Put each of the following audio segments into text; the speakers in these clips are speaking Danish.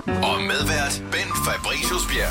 Og medvært Ben Fabricius-Bjerre.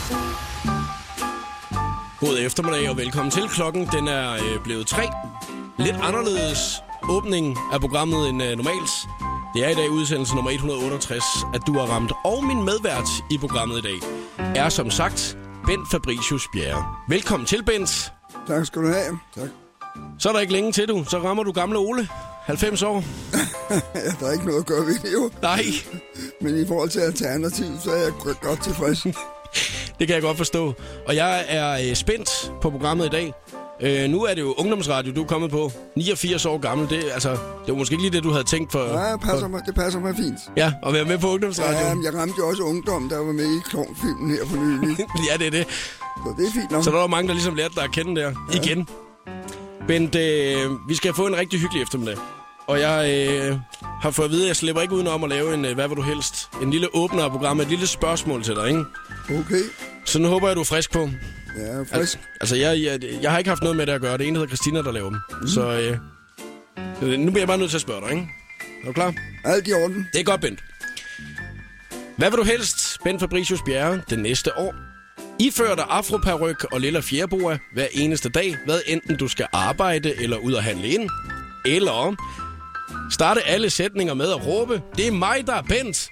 God eftermiddag og velkommen til. Klokken den er blevet 3. Lidt anderledes åbning af programmet end normalt. Det er i dag udsendelse nummer 168, at du har ramt. Og min medvært i programmet i dag er som sagt Ben Fabricius-Bjerre. Velkommen til, Bent. Tak skal du have. Tak. Så er der ikke længe til, du. Så rammer du gamle Ole. 90 år. Ja, der er ikke noget at gøre ved det, jo. Nej. Men i forhold til alternativ, så er jeg godt tilfreds. Det kan jeg godt forstå. Og jeg er spændt på programmet i dag. Nu er det jo ungdomsradio, du er kommet på. 89 år gammel. Det var måske ikke lige det, du havde tænkt for... Nej, det passer mig fint. Ja, at være med på ungdomsradio. Ja, jeg ramte jo også ungdom, der var med i klovnfilmen her for nylig. Ja, det er det. Så det er fint nok. Så der var mange, der ligesom lærte dig at kende der. Ja. Igen. Men vi skal få en rigtig hyggelig eftermiddag. Og jeg har fået at vide, at jeg slipper ikke udenom at lave en hvad vil du helst. En lille åbner af programmet, et lille spørgsmål til dig, ikke? Okay. Så nu håber jeg, du er frisk på. Ja, frisk. Altså, jeg har ikke haft noget med det at gøre. Det ene hedder Christina, der laver dem. Så nu bliver jeg bare nødt til at spørge dig, ikke? Er du klar? Alt i orden. Det er godt, Bent. Hvad vil du helst, Ben Fabricius-Bjerre, det næste år? Ifør dig afroparyk og lilla fjerboa hver eneste dag, hvad enten du skal arbejde eller ud og handle ind. Eller starte alle sætninger med at råbe, det er mig, der er Bent.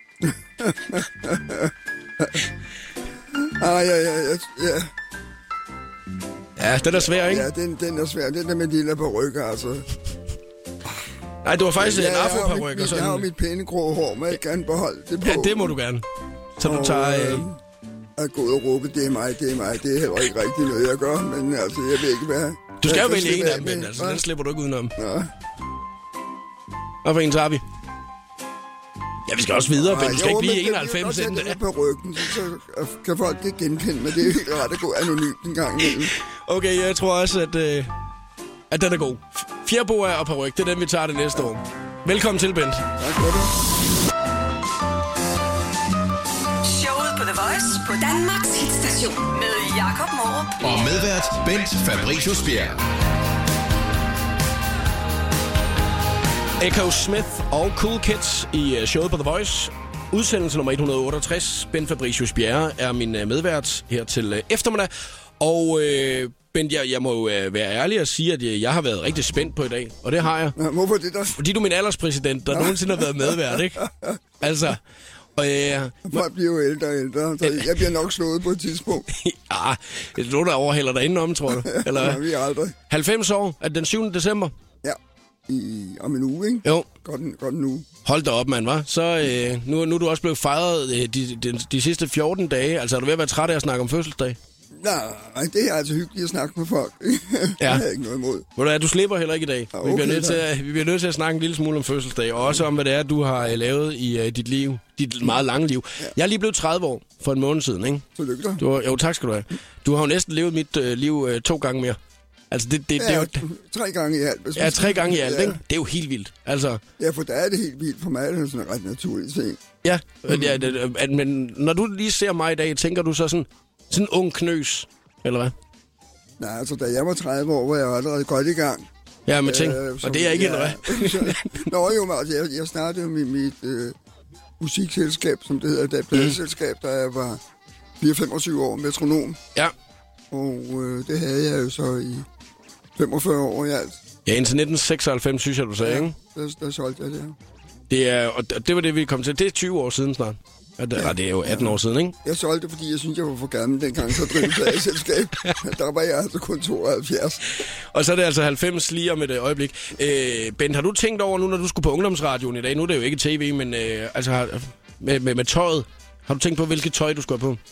Ja. Ja, den er svær, ikke? Ja, den er svær. Den der med lilla parykker, altså. Nej, du var faktisk en afroparyk. Jeg har jo mit pæne grå hår, men jeg kan beholde det på. Ja, det må du gerne. Så du tager... At gå ud og råbe, det er mig. Det er heller ikke rigtig noget, jeg gør, men altså, jeg ved ikke, hvad... Du skal jo vælge en af dem, men altså, den slipper du ikke udenom. Ja. Hvad for en tager vi? Ja, vi skal også videre, men du skal ikke blive 91. Jeg kan på ryggen, så kan folk det genkende, men det er jo helt ret at gå anonymt en gang imellem. Okay, jeg tror også, at den er god. Fjerboa og paryk, det er den, vi tager det næste år. Velkommen til, Bent. Tak for det. Showet på The Voice på Danmarks hitstation med Jakob Morup. Og medvært Bent Fabricius-Bjerre. Echo Smith og Cool Kids i showet på The Voice. Udsendelse nummer 168. Ben Fabricius-Bjerre er min medvært her til eftermiddag. Og Ben, jeg må være ærlig og sige, at jeg har været rigtig spændt på i dag. Og det har jeg. Ja, hvorfor det der? Fordi du er min alderspræsident, der nogensinde har været medvært, ikke? Altså... Folk bliver jo ældre og ældre, så jeg bliver nok slået på et tidspunkt. Ja, det er du, der overhælder dig indenom, tror du. Eller ja, vi er aldrig. 90 år, er det den 7. december? Ja, om en uge, ikke? Jo. Godt en uge. Hold da op, mand, hva'? Så nu er du også blevet fejret de sidste 14 dage. Altså, er du ved at være træt af at snakke om fødselsdag? Nej, det er altså hyggeligt at snakke med folk. Ja. Det har jeg ikke noget imod. Ved du hvad, du slipper heller ikke i dag. Okay, vi bliver nødt til at snakke en lille smule om fødselsdag, og også om, hvad det er, du har lavet i dit liv. Dit meget lange liv. Ja. Jeg er lige blevet 30 år for en måned siden, ikke? Tillykke dig. Jo, tak skal du have. Du har jo næsten levet mit liv 2 gange mere. Altså, det er jo... 3 gange i alt. Ja, 3 gange i alt, ikke? Det er jo helt vildt. Altså... Ja, for der er det helt vildt. For mig er det sådan en ret naturlig ting. Ja, men når du lige ser mig i dag, tænker du så sådan en ung knøs, eller hvad? Nej, altså, da jeg var 30 år, var jeg allerede godt i gang. Ja, med ting. Og det er ikke, eller hvad? Nå jo, men altså, jeg startede med mit musikselskab, som det hedder, et pladeselskab, da jeg var 24-25 år, metronom. Ja. Og det havde jeg jo så i 45 år i alt. Ja, indtil 1996, synes jeg, du sagde, ikke? Der solgte jeg det. Og det var det, vi kom til. Det er 20 år siden snart. Ja, det er jo 18 år siden, ikke? Jeg solgte, fordi jeg synes, jeg var for gammel dengang, så drev pladeselskab. Der var jeg altså kun 72. Og så er det altså 90 lige om et øjeblik. Bent, har du tænkt over nu, når du skulle på ungdomsradioen i dag? Nu er det jo ikke tv, men altså med tøjet. Har du tænkt på, hvilket tøj du skulle have på?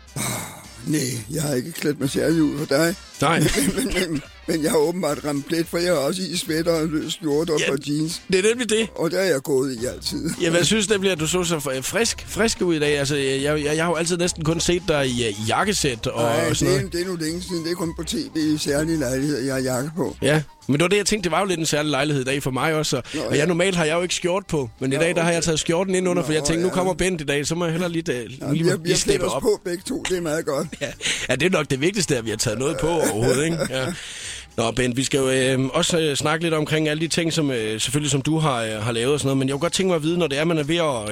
Nej, jeg har ikke klædt mig særlig ud for dig. Nej. Men jeg har åbenbart ramt plet, for jeg har også i sweater og løs skjorte og jeans. Det er nemlig det. Og der er jeg gået i altid. Jamen, jeg synes nemlig, at du så frisk ud i dag. Altså, jeg har jo altid næsten kun set dig i jakkesæt og sådan noget. Det er nu længe siden. Det er kun på tv i særlige lejligheder, jeg har jakke på. Ja, men det var det, jeg tænkte, det var jo lidt en særlig lejlighed i dag for mig også. Og jeg normalt har jeg jo ikke skjort på, men i dag der har jeg taget skjorten ind under, for jeg tænkte, nu kommer Bent i dag, så må jeg hellere lige slippe op. Vi har på begge to, det er meget godt. Ja, det er nok det vigtigste, at vi har taget noget på overhovedet, ikke? Ja. Nå, Bent, vi skal jo også snakke lidt omkring alle de ting, som selvfølgelig som du har lavet og sådan noget, men jeg kunne godt tænke mig at vide, når det er, man er ved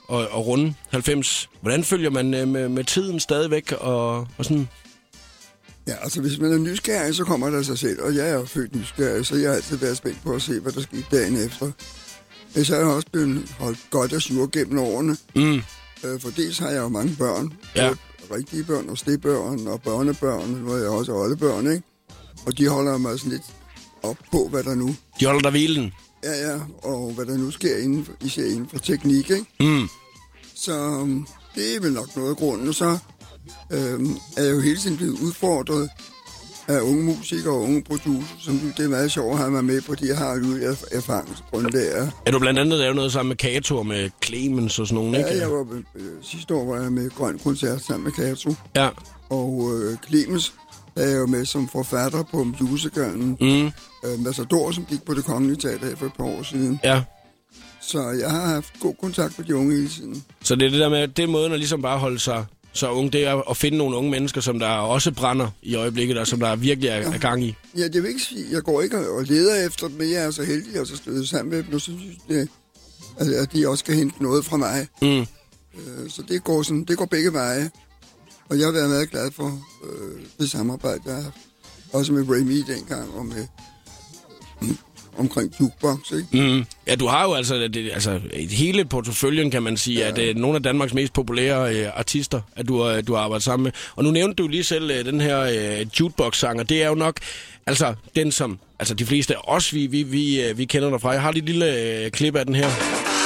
at runde 90. Hvordan følger man med tiden stadigvæk og sådan? Ja, altså hvis man er nysgerrig, så kommer der sig selv. Og jeg er jo født nysgerrig, så jeg har altid været spændt på at se, hvad der skete dagen efter. Så har jeg også blevet holdt godt af sur gennem årene. For dels har jeg jo mange børn. Ja. Rigtige børn og stedbørn og børnebørn. Nu er jeg også oldebørn, ikke? Og de holder mig sådan lidt op på, hvad der nu... De holder dig hvilen? Ja, og hvad der nu sker især inden for teknik, ikke? Så det er vel nok noget af grunden. Og så er jeg jo hele tiden blevet udfordret af unge musikere og unge producer, som det er meget sjovt at have mig med på, de har jo erfaringsgrundlag. Er du blandt andet lavet noget sammen med Kato og med Clemens og sådan nogle, ikke? Ja, jeg var, sidste år var jeg med Grøn Koncert sammen med Kato. Ja. Og Clemens er jeg jo med som forfatter på musicalen Massador, som gik på Det Kongelige Teater her for et par år siden. Ja. Så jeg har haft god kontakt med de unge hele tiden. Så det er det der med, det er måden at ligesom bare holde sig så unge, det er at finde nogle unge mennesker, som der også brænder i øjeblikket, og som der virkelig er gang i. Ja, det vil ikke sige, jeg går ikke og leder efter dem, men jeg er så heldig at så støde sammen med dem, og så synes jeg, at de også skal hente noget fra mig. Så det går begge veje. Og jeg har været meget glad for det samarbejde, jeg har haft. Også med Remy dengang, og med omkring Jukebox, ikke? Ja, du har jo altså hele porteføljen, kan man sige, at nogle af Danmarks mest populære artister, at du har arbejdet sammen med. Og nu nævnte du lige selv den her Jukebox-sang, og det er jo nok altså den, som altså de fleste af os, vi kender dig fra. Jeg har lige et lille klip af den her.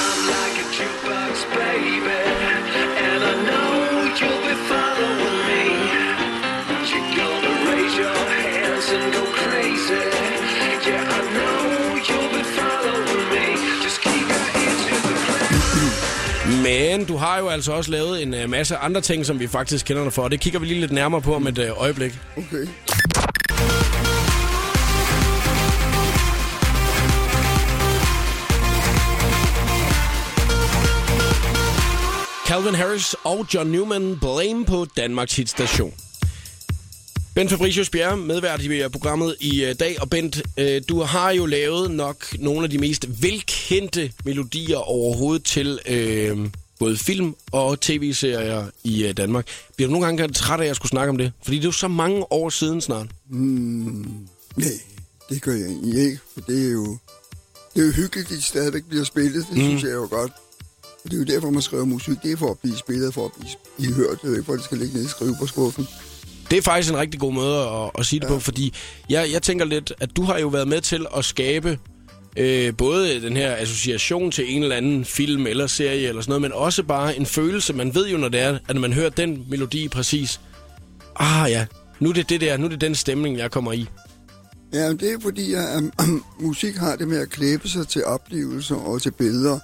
Men du har jo altså også lavet en masse andre ting, som vi faktisk kender dig for, og det kigger vi lige lidt nærmere på om et øjeblik. Okay. Calvin Harris og John Newman, Blame på Danmarks hitstation. Bent Fabricius Bjerre, medvært i programmet i dag. Og Bent, du har jo lavet nok nogle af de mest velkendte melodier overhovedet til både film og tv-serier i Danmark. Bliver du nogle gange træt af, at jeg skulle snakke om det? Fordi det er jo så mange år siden snart. Nej, det gør jeg egentlig ikke. For det er jo hyggeligt, at de stadigvæk bliver spillet. Det synes jeg jo godt. Og det er jo derfor, man skriver musik. Det er for at blive spillet, for at blive hørt. Det er jo ikke for, at det skal ligge nede og skrive på skuffen. Det er faktisk en rigtig god måde at sige det på, fordi jeg tænker lidt, at du har jo været med til at skabe både den her association til en eller anden film eller serie eller sådan noget, men også bare en følelse. Man ved jo, når det er, at når man hører den melodi præcis, nu er det det der, nu er det den stemning, jeg kommer i. Ja, det er fordi, at musik har det med at klæbe sig til oplevelser og til billeder.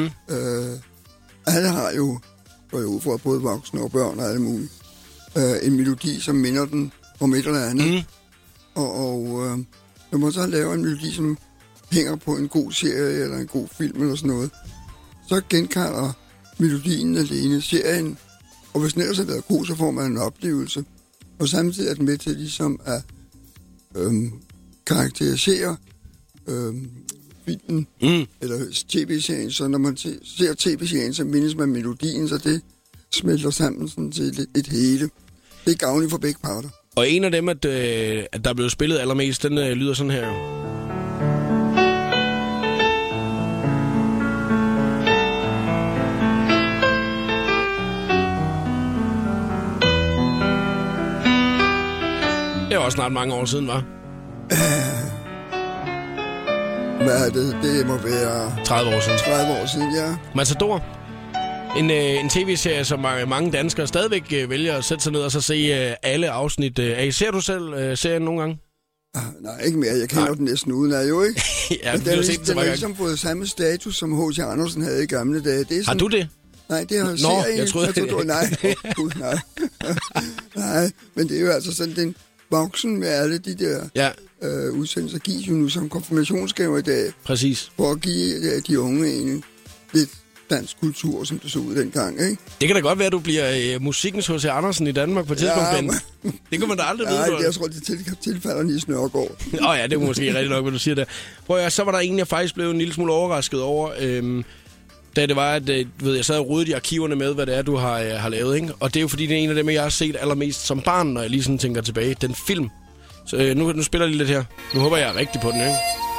Alle har jo, går jo ud fra både voksne og børn og alle mulige, en melodi, som minder den om et eller andet. Og når man så laver en melodi, som hænger på en god serie eller en god film eller sådan noget, så genkalder melodien alene serien. Og hvis den ellers har været god, så får man en oplevelse. Og samtidig er den med til ligesom at karakterisere filmen eller tv-serien. Så når man ser tv-serien, så mindes man melodien, så det smelter sammen sådan til et hele. Det er gavnligt for begge parter. Og en af dem, at der er blevet spillet allermest, den lyder sådan her. Det var også snart mange år siden, var? Hvad er det? Det må være 30 år siden. 30 år siden, ja. Matador. En tv-serie, som mange danskere stadigvæk vælger at sætte sig ned og så se alle afsnit af. Ser du selv serien nogle gange? Nej, ikke mere. Jeg kender den næsten uden af, jo ikke? Ja, den har ligesom fået samme status, som H.C. Andersen havde i gamle dage. Det er sådan... Har du det? Nej, det har serien. Jeg troede... Nej. Nej, men det er jo altså sådan den voksen med alle de der udsendelser gives jo nu som konfirmationsgaver i dag. Præcis. For at give de unge en lidt dansk kultur, som det så ud dengang, ikke? Det kan da godt være, at du bliver musikkens H.C. Andersen i Danmark på et tidspunkt, Ben. Det kan man da aldrig vide. Nej, jeg tror, det tilfælder Niels Nørgaard. Ja, det er måske rigtig nok, hvad du siger der. Prøv at så var der en, jeg faktisk blev en lille smule overrasket over. da det var, at jeg sad og rodede i arkiverne med, hvad det er, du har lavet, ikke? Og det er jo fordi, det er en af dem, jeg har set allermest som barn, når jeg lige sådan tænker tilbage. Den film. Så nu spiller jeg lige lidt her. Nu håber jeg rigtig på den, ikke?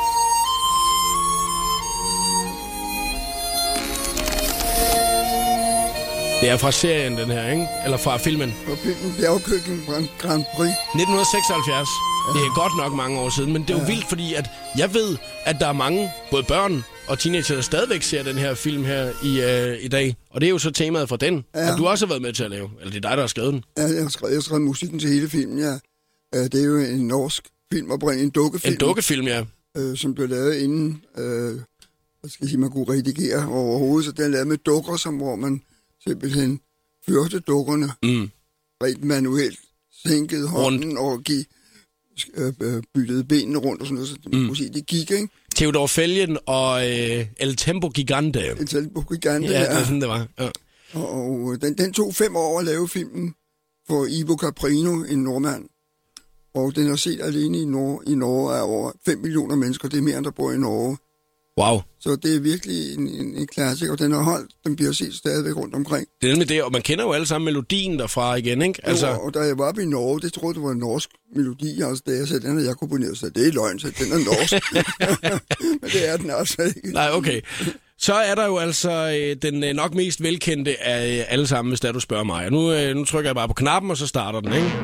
Det er fra serien, den her, ikke? Eller fra filmen. Og filmen Bjergkøkken Grand Prix. 1976. Det er godt nok mange år siden, men det er jo vildt, fordi at jeg ved, at der er mange, både børn og teenager, der stadigvæk ser den her film her i dag. Og det er jo så temaet fra den, at du også har været med til at lave. Eller det er dig, der har skrevet den. Ja, jeg har skrevet musikken til hele filmen, ja. Det er jo en norsk film, en dukkefilm. En dukkefilm, ja. Som blev lavet inden, man kunne redigere overhovedet. Så den er lavet med dukker, hvor man simpelthen førte dukkerne rent manuelt, sænkede hånden og byttede benene rundt og sådan noget, så måske det gik, ikke? Theodor Felgen og El Tempo Gigante. El Tempo Gigante, ja. Det er sådan, det var. Ja. Og den tog 5 år at lave filmen for Ivo Caprino, en nordmand. Og den er set alene i Norge af over 5 millioner mennesker. Det er mere, end der bor i Norge. Wow. Så det er virkelig en klassiker, og den har holdt. Den bliver set stadigvæk rundt omkring. Det er nemlig det, og man kender jo alle sammen melodien derfra igen, ikke? Altså... Jo, og da jeg var oppe i Norge, det troede, det var en norsk melodi, altså da jeg sagde, den har jeg komponeret, så det er løgn, så den er norsk. Men det er den altså ikke. Nej, okay. Så er der jo altså den nok mest velkendte af alle sammen, hvis du spørger mig. Nu trykker jeg bare på knappen, og så starter den, ikke?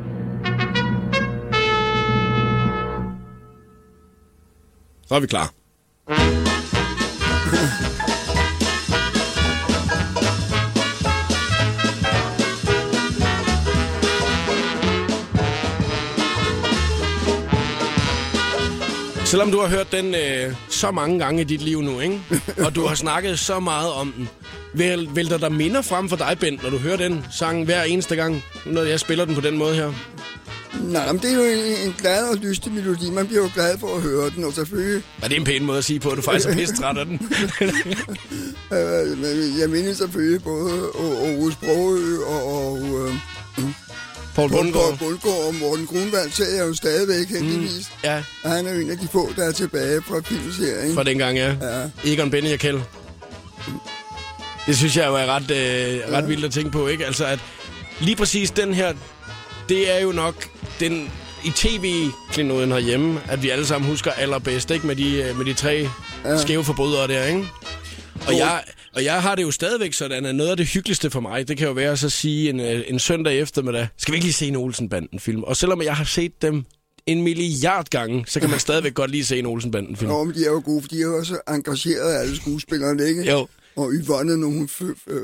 Så er vi klar. Selvom du har hørt den så mange gange i dit liv nu, ikke? Og du har snakket så meget om den, vælter der minder frem for dig, Bent, når du hører den sang hver eneste gang, når jeg spiller den på den måde her? Nej, men det er jo en glad og lystig melodi. Man bliver jo glad for at høre den, og selvfølgelig... Ja, det er en pæn måde at sige på, at du faktisk er pisse træt af den. Jeg mener selvfølgelig både Ove Sprogøe og Poul Bundgaard og Morten Grunwald ser jeg jo stadigvæk heldigvis. Ja. Og han er jo en af de få, der er tilbage fra filmserien. Fra dengang, ja. Egon Benny og Kjeld. Det synes jeg jo er ret vildt at tænke på, ikke? Altså, at lige præcis den her, det er jo nok den i tv-klinoden herhjemme, at vi alle sammen husker allerbedst, ikke? Med de 3 skæve forbrydere der, ikke? Og jeg har det jo stadigvæk sådan, at noget af det hyggeligste for mig, det kan jo være så at sige en søndag eftermiddag, skal vi ikke lige se en Olsen-banden-film? Og selvom jeg har set dem 1 milliard gange, så kan man stadigvæk godt lige se en Olsen-banden-film. Nå, men de er jo gode, for de er jo også engageret af alle skuespillerne, ikke? Jo. Og Yvonne, når hun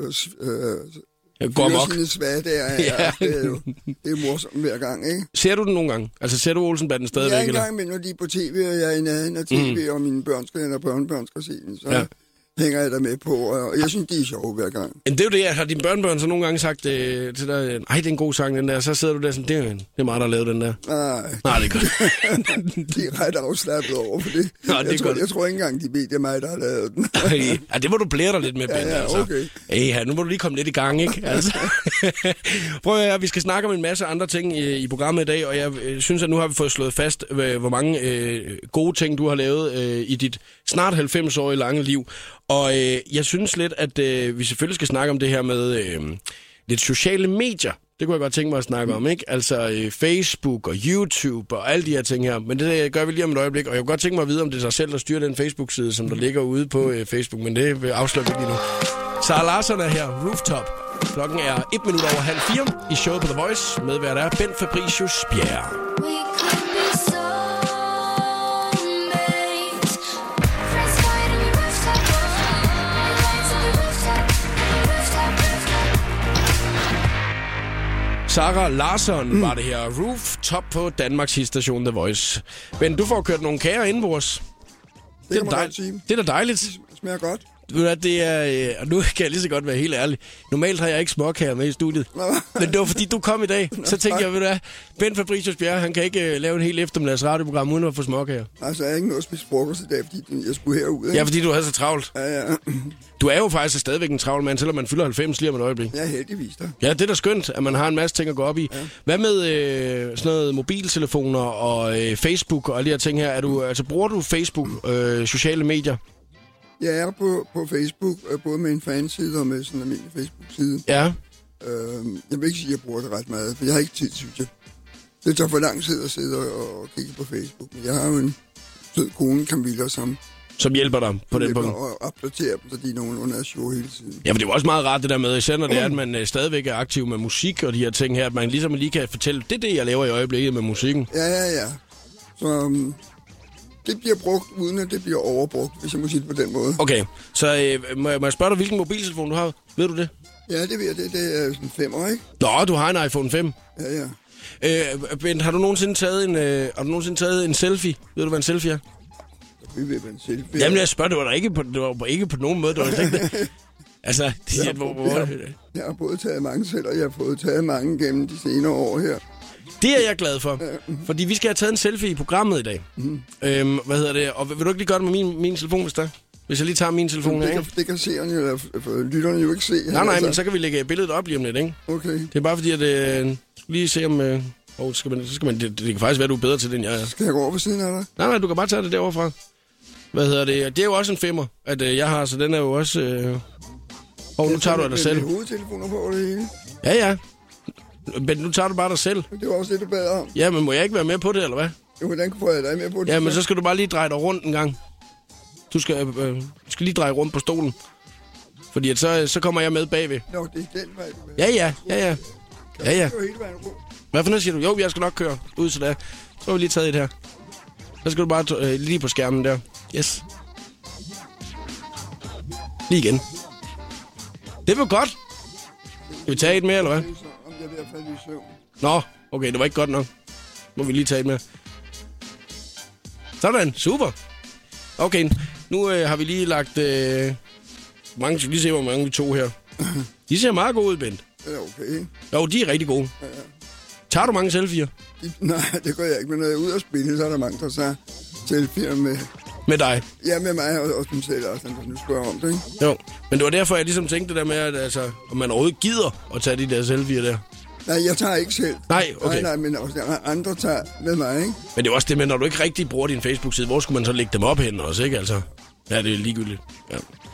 fyrer sine svage der, ja. Det er morsomt hver gang, ikke? Ser du den nogle gange? Altså ser du Olsen-banden stadigvæk? Jeg er engang med, når de er på tv, og jeg er i nærheden af tv, og mine børnebørn skal se den, så... Ja. Hænger jeg der med på, og jeg synes, de er sjove hver gang. Men det er jo det, at har dine børnebørn så nogle gange sagt til dig, nej, det er en god sang, den der, så sidder du der sådan, det er mig, der har lavet den der. Nej, det er godt. De er ret afslappet over for det. Nå, jeg tror ikke engang, de ved, det er mig, der har lavet den. Ja, det må du blære dig lidt med, Bent. Ja, okay. Altså. Nu må du lige komme lidt i gang, ikke? Altså. Prøv at høre, vi skal snakke om en masse andre ting i programmet i dag, og jeg synes, at nu har vi fået slået fast, hvor mange gode ting, du har lavet i dit snart 90-årige lange liv. Og jeg synes lidt, at vi selvfølgelig skal snakke om det her med lidt sociale medier. Det kunne jeg godt tænke mig at snakke om, ikke? Altså Facebook og YouTube og alle de her ting her. Men det gør vi lige om et øjeblik. Og jeg kunne godt tænke mig at vide, om det er sig selv, der styrer den Facebook-side, som der ligger ude på Facebook. Men det vil afsløre vi lige nu. Sara Larsson er her, Rooftop. Klokken er 4:01 i showet på The Voice. Med hvad der er Bent Fabricius Bjerre. Sara Larsson var det her. Rooftop på Danmarks hitstation The Voice. Men du får kørt nogle kager inden på os. Det er da dejligt. Det smager godt. Det er, og nu kan jeg lige så godt være helt ærlig. Normalt har jeg ikke småkager med i studiet. Men det var fordi, du kom i dag. Så tænkte jeg, ved du hvad, Bent Fabricius Bjerre, han kan ikke lave en hel eftermiddags radioprogram uden at få småkager. Altså, jeg har ikke noget at spise frokost i dag, fordi jeg skulle herud. Ikke? Ja, fordi du havde så travlt. Ja. Du er jo faktisk stadigvæk en travl mand, selvom man fylder 90 lige om et øjeblik. Ja, heldigvis da. Ja, det er da skønt, at man har en masse ting at gå op i. Ja. Hvad med sådan noget mobiltelefoner og Facebook og alle de her ting her? Bruger du Facebook, sociale medier? Jeg er på Facebook, både med en fanside og med sådan en almindelig Facebook-side. Ja. Jeg vil ikke sige, at jeg bruger det ret meget, for jeg har ikke tid, synes jeg. Det tager for lang tid at sidde og kigge på Facebook. Men jeg har jo en sød kone, Camilla, som hjælper dig på den punkt. Og opdaterer dem, så de er nogenlunde er sjove hele tiden. Ja, men det er jo også meget rart det der med, især når det er, at man stadigvæk er aktiv med musik og de her ting her, at man ligesom lige kan fortælle, det er det, jeg laver i øjeblikket med musikken. Ja. Så det bliver brugt, uden at det bliver overbrugt, hvis jeg må sige det på den måde. Okay, så må jeg spørge dig, hvilken mobiltelefon du har? Ved du det? Ja, det ved jeg. Det er sådan 5'er, ikke? Nå, du har en iPhone 5. Ja. Bent, har du nogensinde taget en selfie? Ved du, hvad en selfie er? Vi ved, hvad en selfie er. Jamen, jeg spørger, det var ikke på nogen måde, det var ikke det. Altså, jeg har både taget mange selv, og jeg har fået taget mange gennem de senere år her. Det er jeg glad for, fordi vi skal have taget en selfie i programmet i dag. Og vil du ikke lige gøre det med min telefon, hvis der? Hvis jeg lige tager min telefon her, det kan seerne eller lytterne jo ikke se. Nej, men så kan vi lægge billedet op lige om lidt, ikke? Okay. Det er bare fordi, at lige se om... det kan faktisk være, du er bedre til det, end jeg er. Skal jeg gå over ved siden af dig? Nej, du kan bare tage det derovre fra. Det er jo også en 5'er, at jeg har, så den er jo også... nu tager du af dig selv. Med hovedtelefoner på det hele. Ja. Men nu tager du bare dig selv. Det var også det, du bad om. Ja, men må jeg ikke være med på det, eller hvad? Jo, hvordan får jeg dig med på det? Ja, men så skal du bare lige dreje dig rundt en gang. Du skal lige dreje rundt på stolen. Fordi at så kommer jeg med bagved. Nå, det er den vej, du vil. Ja. Ja. Hele vejen rundt. Hvad for noget siger du? Jo, jeg skal nok køre ud til det. Så har vi lige taget et her. Så skal du bare lige på skærmen der. Yes. Lige igen. Det var godt. Skal vi tage et mere, eller hvad? Om jeg vil have faldet i søvn. Nå, okay, det var ikke godt nok. Må vi lige tage et mere. Sådan, super. Okay, nu har vi lige lagt... mange, lige se, hvor mange vi tog her. De ser meget gode ud, Bent. Det er okay, ikke? Jo, de er rigtig gode. Ja. Tager du mange selfies? Nej, det gør jeg ikke. Men når jeg er ude at spille, så er der mange, der tager selfies med... Med dig? Ja, med mig og dem selv også, når du spørger om det, ikke? Jo, men det var derfor, jeg ligesom tænkte det der med, at altså, om man overhovedet gider at tage de der selfies der. Nej, jeg tager ikke selv. Nej, okay. Nej, men også andre tager med mig, ikke? Men det er også det med, når du ikke rigtig bruger din Facebook-side, hvor skulle man så lægge dem op hen også, ikke? Altså, ja, det er ligegyldigt. Ja.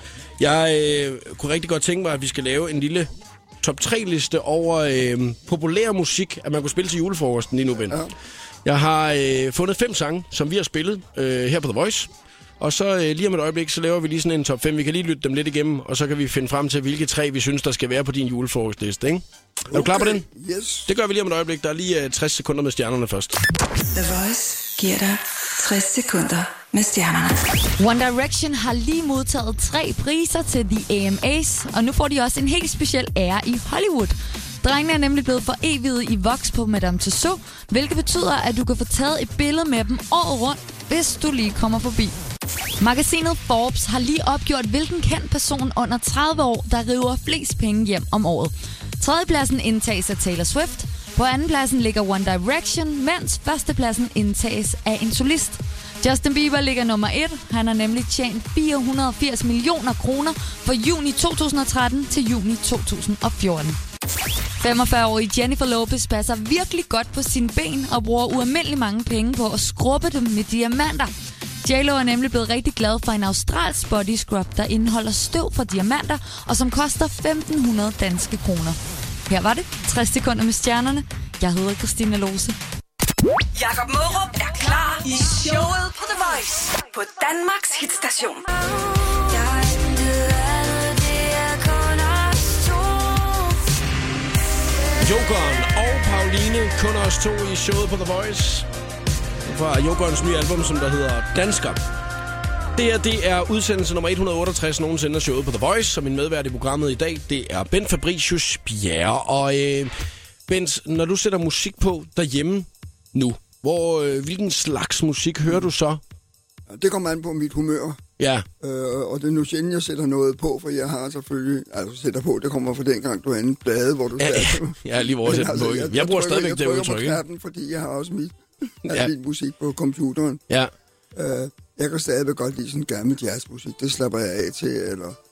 Jeg kunne rigtig godt tænke mig, at vi skal lave en lille top 3-liste over populær musik, at man kunne spille til julefrokosten lige nu, Ben. Ja. Jeg har fundet 5 sange, som vi har spillet her på The Voice. Og så lige om et øjeblik, så laver vi lige sådan en top 5. Vi kan lige lytte dem lidt igennem, og så kan vi finde frem til, hvilke 3 vi synes, der skal være på din julefrokostliste, ikke? Okay. Er du klar på den? Yes. Det gør vi lige om et øjeblik. Der er lige 60 sekunder med stjernerne først. The Voice giver dig 60 sekunder med stjernerne. One Direction har lige modtaget 3 priser til The AMAs, og nu får de også en helt speciel ære i Hollywood. Drengene er nemlig blevet foreviget i voks på Madame Tussauds, hvilket betyder, at du kan få taget et billede med dem året rundt, hvis du lige kommer forbi. Magasinet Forbes har lige opgjort, hvilken kendt person under 30 år, der river flest penge hjem om året. 3. pladsen indtages af Taylor Swift. På 2. pladsen ligger One Direction, mens 1. pladsen indtages af en solist. Justin Bieber ligger nummer 1. Han har nemlig tjent 480 millioner kroner fra juni 2013 til juni 2014. 45-årige Jennifer Lopez passer virkelig godt på sine ben og bruger ualmindelig mange penge på at skrubbe dem med diamanter. J.Lo er nemlig blevet rigtig glad for en australsk body scrub, der indeholder støv fra diamanter, og som koster 1.500 danske kroner. Her var det 60 sekunder med stjernerne. Jeg hedder Christina Lose. Jakob Mårup er klar i showet på The Voice på Danmarks hitstation. Jokeren og Pauline, kun os 2 i showet på The Voice. Fra Jokerens nye album, som der hedder Dansker. Det er udsendelse nummer 168 nogensinde af showet på The Voice, som min medvært i programmet i dag, det er Bent Fabricius Bjerre. Og Bent, når du sætter musik på derhjemme nu, hvilken slags musik hører du så? Det kommer an på mit humør. Ja. Og det er nu sjældent, jeg sætter noget på, for jeg har selvfølgelig... Altså, sætter på, det kommer fra dengang, du havde en blade, hvor du satte... Ja, lige hvor jeg sætter på. Jeg bruger stadigvæk det udtryk, ikke? Knappen, fordi jeg har også min musik på computeren. Ja. Jeg kan stadigvæk godt lide sådan gammel jazzmusik. Det slapper jeg af til, eller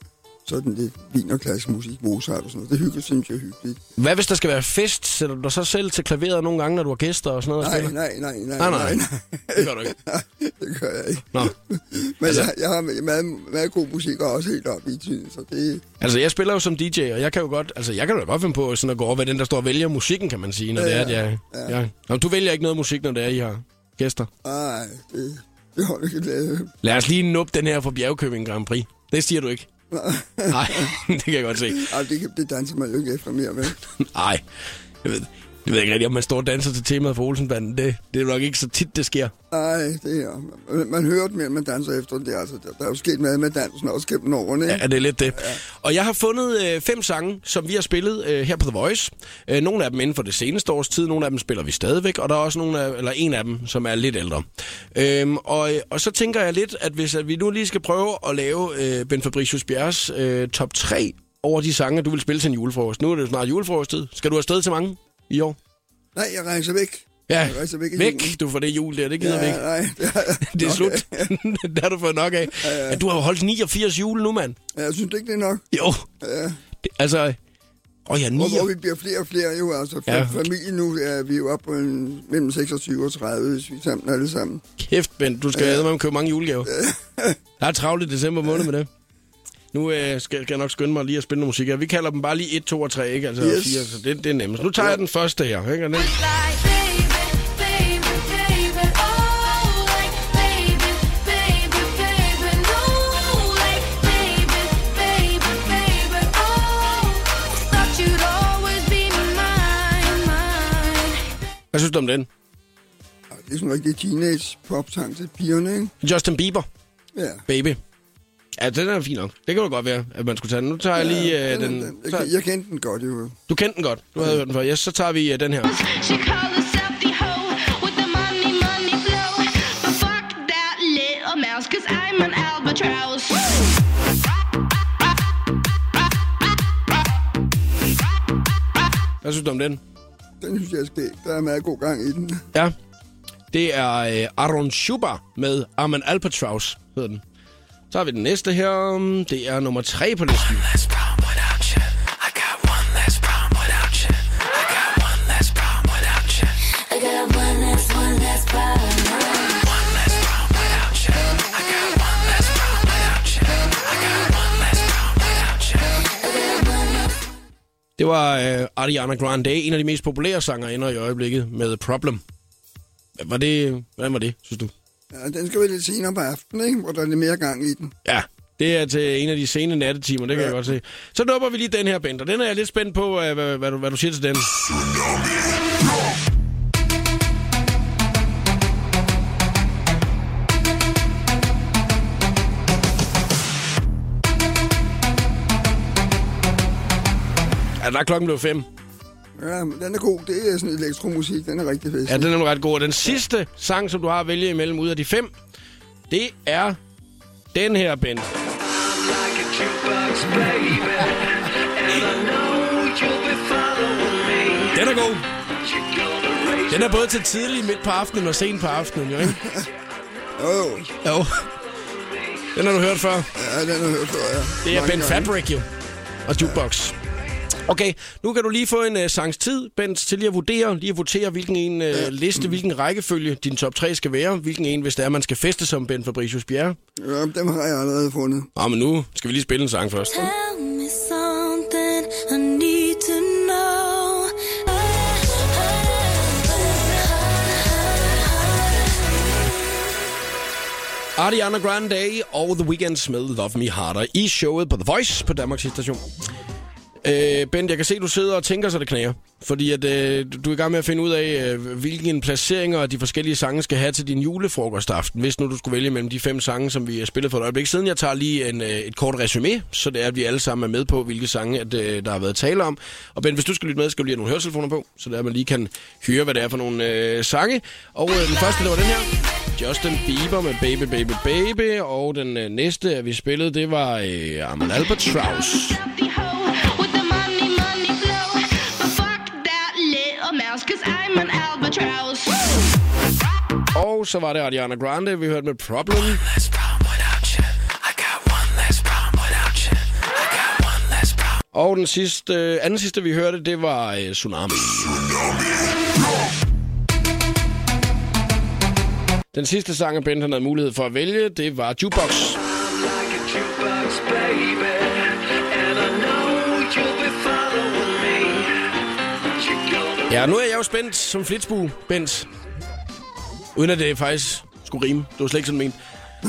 sådan lidt wienerklassisk musik, Mozart og sådan noget. Det hyggeligt, synes jeg er hyggeligt. Hvad hvis der skal være fest? Sætter du dig så selv til klaveret nogle gange, når du har gæster og sådan noget? Nej. Det gør du ikke. Det gør jeg ikke. Nå. Men altså, jeg har meget god musik og også helt op i tiden, så det... Altså, jeg spiller jo som DJ, og jeg kan jo godt finde på sådan at gå over ved den, der står og vælger musikken, kan man sige, når det er, at jeg... Nå, du vælger ikke noget musik, når det er, I har gæster? Nej, det holder ikke lavet. Lad os lige nuppe den her fra Bjergkøbing Grand Prix. Det siger du ikke. Nej, det kan jeg godt se. Ej, det danser man jo ikke efter mere, vel? Nej, jeg ved ikke rigtig, om man står og danser til temaet for Olsenbanden. Det er nok ikke så tit, det sker. Nej, det er... Man hører det mere, man danser efter det. Altså, der er jo sket med dansen også gennem årene, ikke? Ja, det er lidt det. Ja. Og jeg har fundet 5 sange, som vi har spillet her på The Voice. Nogle af dem inden for det seneste års tid, nogle af dem spiller vi stadigvæk, og der er også en af dem, som er lidt ældre. Og så tænker jeg lidt, at hvis vi nu lige skal prøve at lave Ben Fabricius Bjerres top 3 over de sange, du vil spille til en julefrokost. Nu er det jo snart julefrokosttid. Skal du afsted til mange i år? Nej, jeg rejser væk. Ja, væk. Du får det jul der, det gider vi ikke. Nej, det er slut. Det har du fået nok af. Ja. Du har holdt 89 jule nu, mand. Ja, jeg synes ikke, det er nok. Jo. Ja. Altså... Hvor vi bliver flere og flere jo, altså. Familien nu er vi jo oppe på mellem 26 og 30, hvis vi sammen alle sammen. Kæft, Ben, du skal med at købe mange julegaver. Der er travlt i december måned med det. Nu skal jeg nok skynde mig lige at spille noget musik her. Vi kalder dem bare lige 1, 2 og 3, ikke? Altså 4, så det er nemmest. Nu tager jeg den første her, ikke? Hvad synes du om den? Det er sådan en rigtig teenage-pop-sang til pigerne, ikke? Justin Bieber. Ja. Baby. Ja, den er fin nok. Det kan jo godt være, at man skulle tage den. Nu tager jeg lige den. Jeg kendte den godt, jo. Du kendte den godt? Du havde hørt den før. Ja, så tager vi den her. Hvad synes du om den? Den synes jeg skal. Der er meget god gang i den. Ja. Det er Aaron Schubert med Arman Albatross, hedder den. Så har vi den næste her. Det er nummer 3 på listen. Det var Ariana Grande, en af de mest populære sangerinder i øjeblikket, med Problem. Hvordan var det, synes du? Ja, den skal være lidt senere på aftenen, ikke? Hvor der er lidt mere gang i den. Ja, det er til en af de sene nattetimer, det kan jeg godt se. Så nupper vi lige den her, Bent, og den er jeg lidt spændt på, hvad du siger til den. Ja, der er klokken blevet 5. Ja, den er god. Det er sådan elektromusik. Den er rigtig fest. Ja, den er nu ret god. Den sidste sang, som du har at vælge imellem ud af de 5, det er den her, Bent. Den er god. Den er både til tidlig, midt på aftenen og sent på aftenen, jo ikke? Jo. Den har du hørt før? Ja, den har jeg hørt før, ja. Det er Ben Fabric, jo. Og Jukebox. Okay, nu kan du lige få en sangs tid, Bent, til lige at votere, hvilken en liste, hvilken rækkefølge din top 3 skal være. Hvilken en, hvis det er, man skal feste som Ben Fabricius Bjerre. Ja, dem har jeg allerede fundet. Men nu skal vi lige spille en sang først. Tell me something I need to know. Ariana Grande og The Weeknd med Love Me Harder i showet på The Voice på Danmarks station. Bent, jeg kan se, at du sidder og tænker, så det knæger. Fordi at, du er i gang med at finde ud af, hvilken placeringer de forskellige sange skal have til din julefrokostaften. Hvis nu du skulle vælge mellem de 5 sange, som vi har spillet for et øjeblik siden. Jeg tager lige et kort resumé, så det er, at vi alle sammen er med på, hvilke sange der har været tale om. Og Bent, hvis du skal lytte med, skal du lige have nogle høretelefoner på, så det er, at man lige kan høre, hvad det er for nogle sange. Og den første, det var den her. Justin Bieber med Baby, Baby, Baby. Og den næste, vi spillede, det var Arman Albatross. Og så var det Ariana Grande, vi hørte med Problem. Og den anden sidste, vi hørte, det var Tsunami. Den sidste sang, Bent han havde mulighed for at vælge, det var Jukebox. Ja, nu er jeg jo spændt som flitsbue, Bent. Uden at det faktisk skulle rime. Det var slet ikke sådan ment.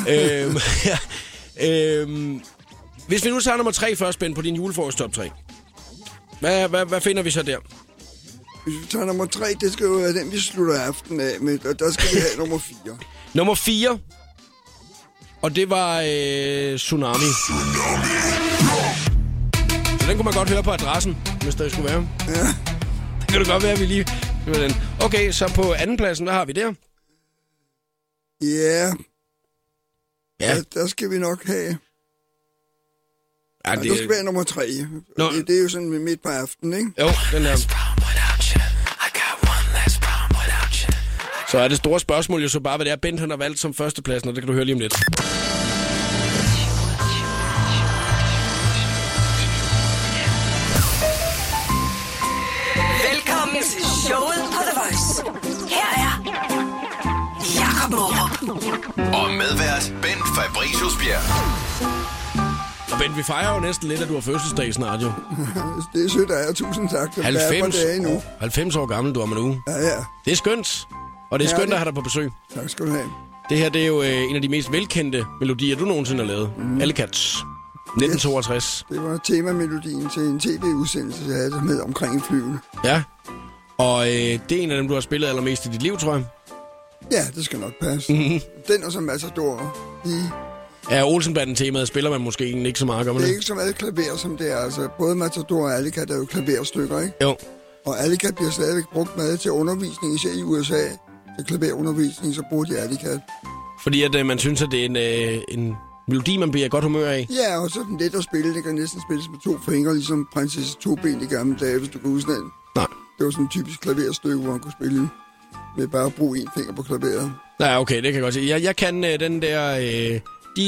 Hvis vi nu tager nummer 3 først, Bent, på din julefrokost top 3. Hvad finder vi så der? Hvis vi tager nummer 3, det skal jo være den, vi slutter aften af med. Og der skal vi have nummer 4. Nummer 4. Og det var Tsunami. Så den kunne man godt høre på adressen, hvis der skulle være. Ja. Det kan det godt være, at vi lige... Okay, så på andenpladsen, hvad har vi der? Ja. Der skal vi nok have... Ja, der skal være nummer 3. Det er jo sådan midt på aftenen, ikke? Jo, den der. Så er det store spørgsmål jo så bare, hvad det er, Bent han har valgt som førstepladsen, og det kan du høre lige om lidt. Velkommen til showet på The Voice. Her er Jakob Morup. Og medvært Bent Fabricius Bjerg. Og Bent, vi fejrer jo næsten lidt, at du har fødselsdag snart jo. Det er sødt af jer. Tusind tak. 90 år gammel, du er med nu. Ja. Det er skønt. Og det er skønt at have dig på besøg. Tak skal du have. Det her, det er jo en af de mest velkendte melodier, du nogensinde har lavet. Alleycats. 1962. Yes. Det var temamelodien til en tv-udsendelse, jeg havde med omkring en flyvende. Ja. Og det er en af dem, du har spillet allermest i dit liv, tror jeg. Ja, det skal nok passe. Mm-hmm. Den er som Matador. Ja, Olsenbanden-temaet spiller man måske ikke så meget, gør man det? Det er ikke så meget klaver, som det er. Altså, både Matador og Alleycat er jo klaverstykker, ikke? Jo. Og Alleycat bliver stadigvæk brugt meget til undervisning, især i USA. Til klaverundervisning, så bruger de Alleycat. Fordi at man synes, at det er en melodi, man bliver godt humør af? Ja, og så den let at spille. Det kan næsten spilles med 2 fingre, ligesom prinsesse Toben i gamle dage, hvis du kan huske den. Nej. Det var sådan en typisk klaverstykke, hvor man kunne spille med bare at bruge 1 finger på klaveret. Ja, okay, det kan jeg godt se. Jeg kan den der... Det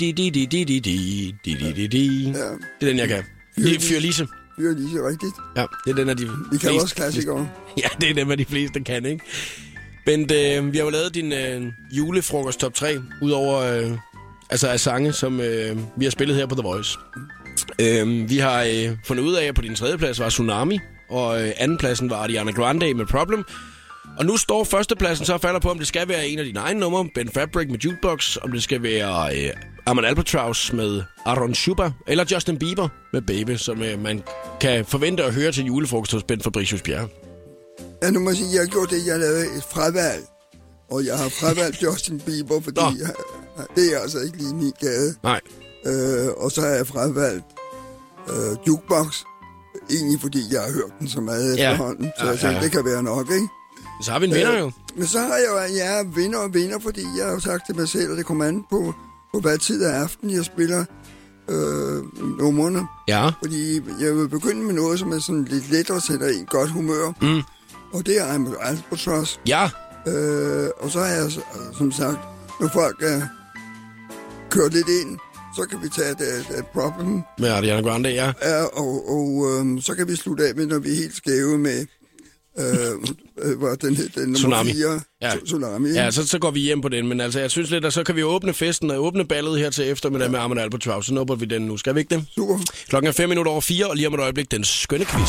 er den, jeg kan. Fyrlise. Fyrlise, rigtigt. Ja, det er den af de Vi kan også klassikere. Ja, det er dem af de fleste, kan, ikke? Bent, vi har jo lavet din julefrokost top 3, udover af sange, som vi har spillet her på The Voice. Vi har fundet ud af, at på din 3. plads var Tsunami, og andenpladsen var Ariana Grande med Problem. Og nu står førstepladsen så og falder på, om det skal være en af dine egne numre, Ben Fabric med Jukebox, om det skal være Arman Albatross med Aaron Schuber, eller Justin Bieber med Baby, som man kan forvente at høre til julefrokost hos Ben Fabricius Bjerg. Ja, nu må jeg sige, at jeg har gjort det, jeg lavede et fravalg, og jeg har fravalgt Justin Bieber, fordi det er altså ikke lige min gade. Nej. Og så har jeg fravalgt Jukebox, egentlig fordi jeg har hørt den så meget efterhånden, så jeg tænkte, det kan være nok, ikke? Så har vi en vinder jo. Men så har jeg jo, vinder, fordi jeg har jo sagt til mig selv, at det kommer an på hvad tid af aften jeg spiller numrene. Ja. Fordi jeg vil begynde med noget, som er sådan lidt lettere og sætter en godt humør. Mm. Og det er Arman Albatross. Ja. Og så har jeg som sagt, når folk er kørt lidt ind, så kan vi tage et Problem. Med Ariana Grande, ja. Og så kan vi slutte af med, når vi er helt skæve med... Hvad den hed? Den nummer 4. Ja. Tsunami. Ja, så går vi hjem på den. Men altså, jeg synes lidt, at så kan vi åbne festen og åbne ballet her til eftermiddag med Arman Albatross. Så nupper vi den nu. Skal vi ikke det? Super. Klokken er 4:05, og lige om et øjeblik den skønne quiz.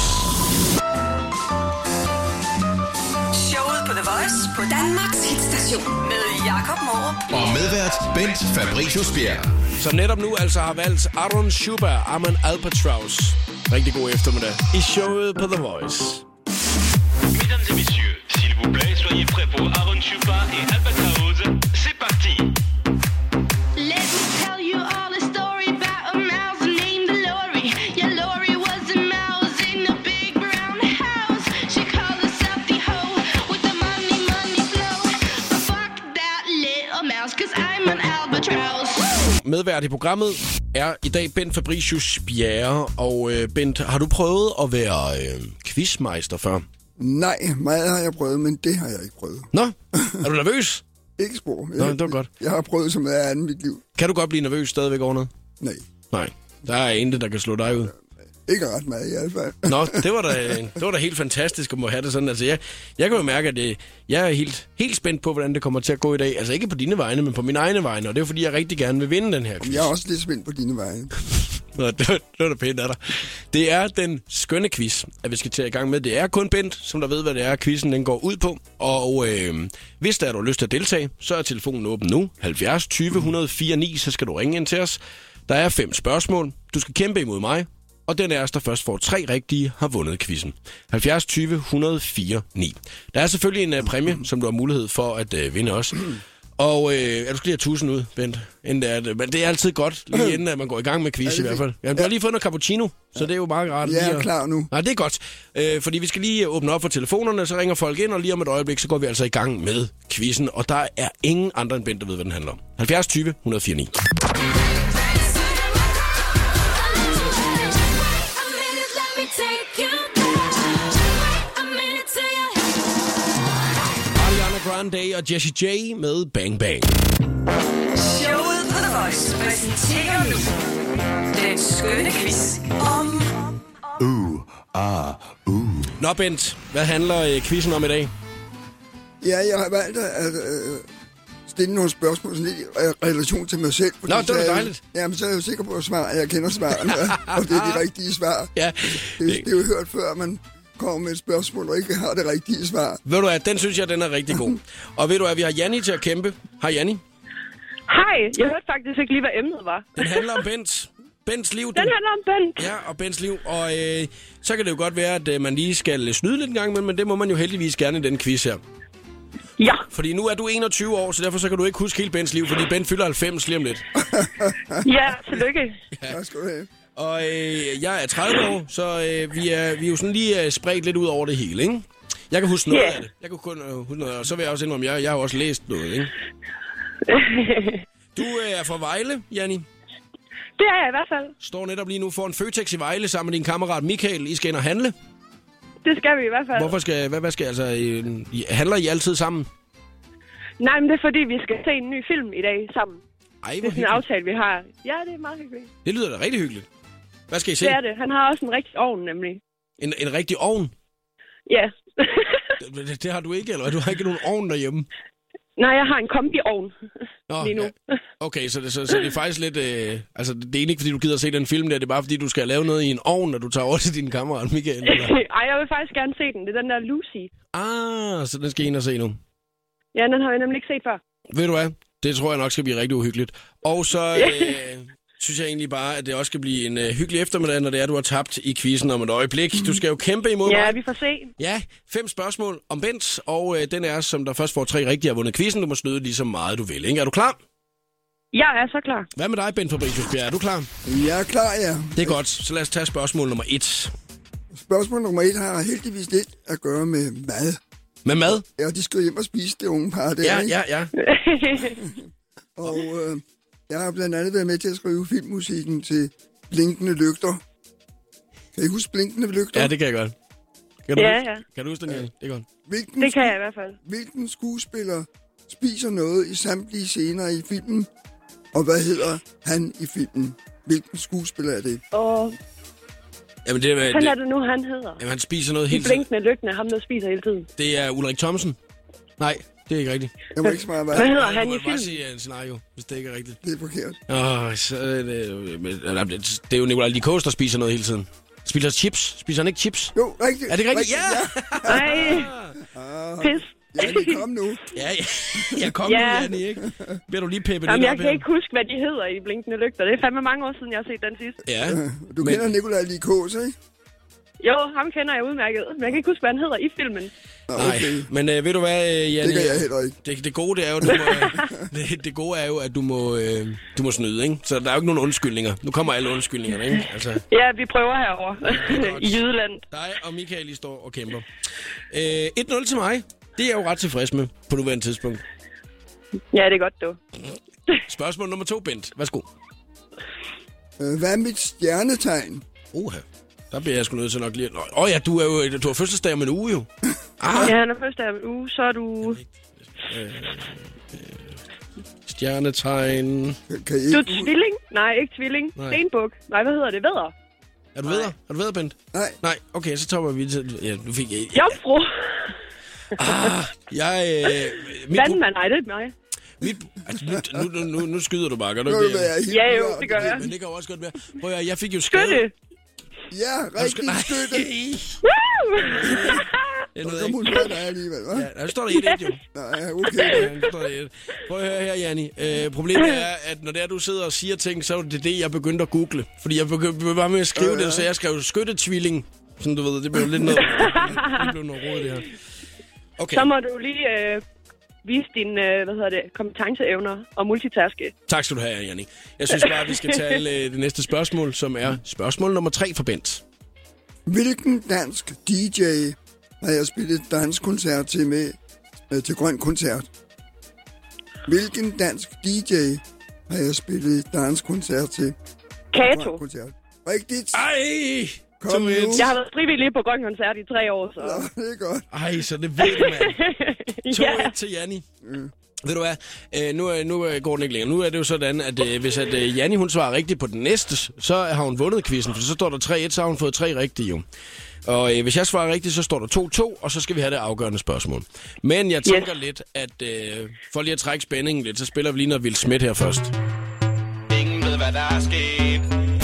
Showet på The Voice på Danmarks hitstation med Jakob Morup. Og medvært Bent Fabricius Bjerg. Som netop nu altså har valgt Aaron Schuber, Arman Albatross. Rigtig god eftermiddag i showet på The Voice. Mesdames et messieurs, s'il vous plaît, soyez prêts pour Aaron Schuber et Albatross. C'est parti. Let me tell you all a story about a mouse named Lori. Yeah, Lori was a mouse in a big brown house. She called herself the hoe with the money flow. But fuck that little mouse, 'cause I'm an albatross. Medvært i programmet er i dag Bent Fabricius Bjerre. Og Bent, har du prøvet at være quizmeister før? Nej, meget har jeg prøvet, men det har jeg ikke prøvet. Nå, er du nervøs? Ikke spor. Nå, det var godt. Jeg har prøvet så meget andet i mit liv. Kan du godt blive nervøs stadigvæk over noget? Nej. Nej, der er intet, der kan slå dig ud. Ikke ret meget i hvert fald. Nå, det var da helt fantastisk at må have det sådan. Altså, jeg kan jo mærke, at jeg er helt spændt på, hvordan det kommer til at gå i dag. Altså ikke på dine vegne, men på mine egne vegne. Og det er fordi, jeg rigtig gerne vil vinde den her quiz. Jeg er også lidt spændt på dine vegne. Nå, det var da pænt af dig. Det er den skønne quiz, at vi skal til i gang med. Det er kun Bent, som der ved, hvad det er, quizzen den går ud på. Og hvis der er du har lyst til at deltage, så er telefonen åben nu. 70 20 104 9, så skal du ringe ind til os. Der er 5 spørgsmål. Du skal kæmpe imod mig. Og den af os, der først får 3 rigtige, har vundet quizzen. 70 20 104 9. Der er selvfølgelig en præmie, som du har mulighed for at vinde også. Og du skal lige have 1000 ud, Bent. Men det er altid godt, lige inden at man går i gang med quiz i hvert fald. Ja, du har lige fået noget cappuccino, så det er jo meget rart. Jeg er klar nu. Nej, det er godt. Fordi vi skal lige åbne op for telefonerne, så ringer folk ind, og lige om et øjeblik, så går vi altså i gang med quizzen. Og der er ingen andre end Bent, der ved, hvad den handler om. 70 20 104 9. Grande og Jessie J med Bang Bang. Showet på The Voice præsenterer nu den skønne quiz om... Nå, Bent, hvad handler quizzen om i dag? Ja, jeg har valgt at stille nogle spørgsmål sådan lidt i relation til mig selv. Nå, det var dejligt. Jamen, så er jeg jo sikker på at svare, at jeg kender svarene, og det er de rigtige svar. Ja. Det er jo hørt før, man kommer med et spørgsmål, og ikke har det rigtige svar. Ved du hvad, den synes jeg, den er rigtig god. Og ved du hvad, vi har Janni til at kæmpe. Hej, Janni. Hej, jeg hørte faktisk ikke lige, hvad emnet var. Den handler om Bents liv. Den handler om Bent. Ja, og Bents liv. Og så kan det jo godt være, at man lige skal snyde lidt en gang, men det må man jo heldigvis gerne i den quiz her. Ja. Fordi nu er du 21 år, så derfor så kan du ikke huske hele Bents liv, fordi Bent fylder 90 lige om lidt. Ja, tillykke. Ja, skal du have. Og jeg er 30 år, så vi er jo sådan lige spredt lidt ud over det hele, ikke? Jeg kan huske noget af det. Jeg kan kun huske noget, og så vil jeg også indrømme, jeg har også læst noget, ikke? Du er fra Vejle, Janni. Det er jeg i hvert fald. Står netop lige nu for en Føtex i Vejle sammen med din kammerat Michael. I skal ind og handle. Det skal vi i hvert fald. Hvad skal altså... handler I altid sammen? Nej, men det er fordi, vi skal se en ny film i dag sammen. Ej, det er sådan en aftale, vi har. Ja, det er meget hyggeligt. Det lyder da rigtig hyggeligt. Hvad skal I se? Det er det. Han har også en rigtig ovn, nemlig. En rigtig ovn? Ja. det har du ikke, eller? Du har ikke nogen ovn derhjemme? Nej, jeg har en kombi-ovn lige nu. Ja. Okay, så det er faktisk lidt... altså, det er ikke fordi, du gider at se den film der. Det er bare fordi, du skal lave noget i en ovn, når du tager over til din kammerat, Michael. Ej, jeg vil faktisk gerne se den. Det er den der Lucy. Så den skal I ind og se nu? Ja, den har jeg nemlig ikke set før. Ved du hvad? Det tror jeg nok skal blive rigtig uhyggeligt. Og så synes jeg egentlig bare, at det også skal blive en hyggelig eftermiddag, når det er, du har tabt i quizzen om et øjeblik. Du skal jo kæmpe imod mig. Ja, vi får se. Ja, 5 spørgsmål om Bent, og den er, som der først får 3 rigtige, har vundet quizzen. Du må snyde lige så meget, du vil, ikke? Er du klar? Jeg er så klar. Hvad med dig, Bent Fabricius Bjerg? Er du klar? Jeg er klar, ja. Det er godt. Så lad os tage spørgsmål nummer 1. Spørgsmål nummer 1 har heldigvis lidt at gøre med mad. Med mad? Ja, de skal hjem og spise det unge par der, ikke? Ja. Og jeg har blandt andet været med til at skrive filmmusikken til Blinkende Lygter. Kan I huske Blinkende Lygter? Ja, det kan jeg godt. Kan du huske den, Jan? Det er godt. Det kan jeg i hvert fald. Hvilken skuespiller spiser noget i samtlige scener i filmen? Og hvad hedder han i filmen? Hvilken skuespiller er det? Jamen, Hvad er det nu, han hedder? Jamen, han spiser noget hele tiden. Blinkende Lygterne, ham der spiser hele tiden. Det er Ulrik Thomsen. Nej, det er ikke rigtigt. Jeg må ikke svare, hvad hedder han i filmen? Jeg må bare sige en scenario, hvis det ikke er rigtigt. Det er forkert. Det er jo Nicolai Likos, der spiser noget hele tiden. Spiser chips? Spiser han ikke chips? Jo, rigtigt. Er det rigtigt? Ja! Nej. Pis. Janni, kom nu. Ja, jeg kom nu, Janni, ikke? Bliver du lige peppet lidt op jeg kan ikke huske, hvad de hedder i Blinkende Lygter. Det er fandme mange år siden, jeg har set den sidste. Ja. Du kender Nicolai Likos, ikke? Jo, ham kender jeg udmærket. Men jeg kan ikke huske, hvad han hedder i filmen. Okay. Nej, men ved du hvad, Janni? Det kan jeg heller ikke. Det gode det er jo, det gode er jo, at du må snyde, ikke? Så der er jo ikke nogen undskyldninger. Nu kommer alle undskyldningerne, ikke? Altså. Ja, vi prøver herovre i Jydeland. Dig og Michael, I står og kæmper. 1-0 til mig. Det er jeg jo ret tilfreds med på nuværende tidspunkt. Ja, det er godt, du. Spørgsmål nummer 2, Bent. Værsgo. Hvad er mit stjernetegn? Der bliver jeg sgu nødt til nok lige... ja, du har fødselsdag om en uge, jo. Ja, han er fødselsdag om en uge, så er du... Stjernetegn... Du er tvilling? Nej, ikke tvilling. Stenbuk. Nej, hvad hedder det? Vædder? Er du ved? Har du ved, Bent? Nej, okay, så topper vi til... Ja, du fik... Jomfru. Vandmand, nej, det er mig. Altså, nu skyder du bare, gør du ikke? Ja, jo, det gør jeg. Men det kan jo også godt være. Prøv at jeg fik jo skrevet... Skytte. Ja, rigtig støtte. Det er noget, så må du være der alligevel, hva'? Ja, der står der 1-1 jo. Nej, okay. Der står der 1. Prøv at høre her, Janni. Problemet er, at når det er, du sidder og siger ting, så er det, jeg begyndte at google. Fordi jeg begyndte bare med at skrive det, så jeg skrev skyttetvilling. Sådan du ved, det blev lidt noget... det blev noget råd, det her. Okay. Så må du lige vise dine kompetenceevner og multitaske. Tak skal du have, Janni. Jeg synes bare, at vi skal tage det næste spørgsmål, som er spørgsmål nummer 3 for Bent. Hvilken dansk DJ har jeg spillet danskoncert til Grøn Koncert? Hvilken dansk DJ har jeg spillet danskoncert til Kato. Grøn Koncert? Rigtigt. Ej! Kom nu. Jeg har været frivillig på Grøn Koncert i 3 år, så... Nå, det er godt. Ej, så det ved du, mand. 2-1 til Janni. Ved du hvad? Nu går den ikke længere. Nu er det jo sådan, at hvis Janni hun svarer rigtigt på den næste, så har hun vundet quizzen, for så står der 3-1, så har hun fået 3 rigtige jo. Og hvis jeg svarer rigtigt, så står der 2-2, og så skal vi have det afgørende spørgsmål. Men jeg tænker lidt, at for lige at trække spændingen lidt, så spiller vi lige noget Will Smith her først. Ingen ved, hvad der er sket.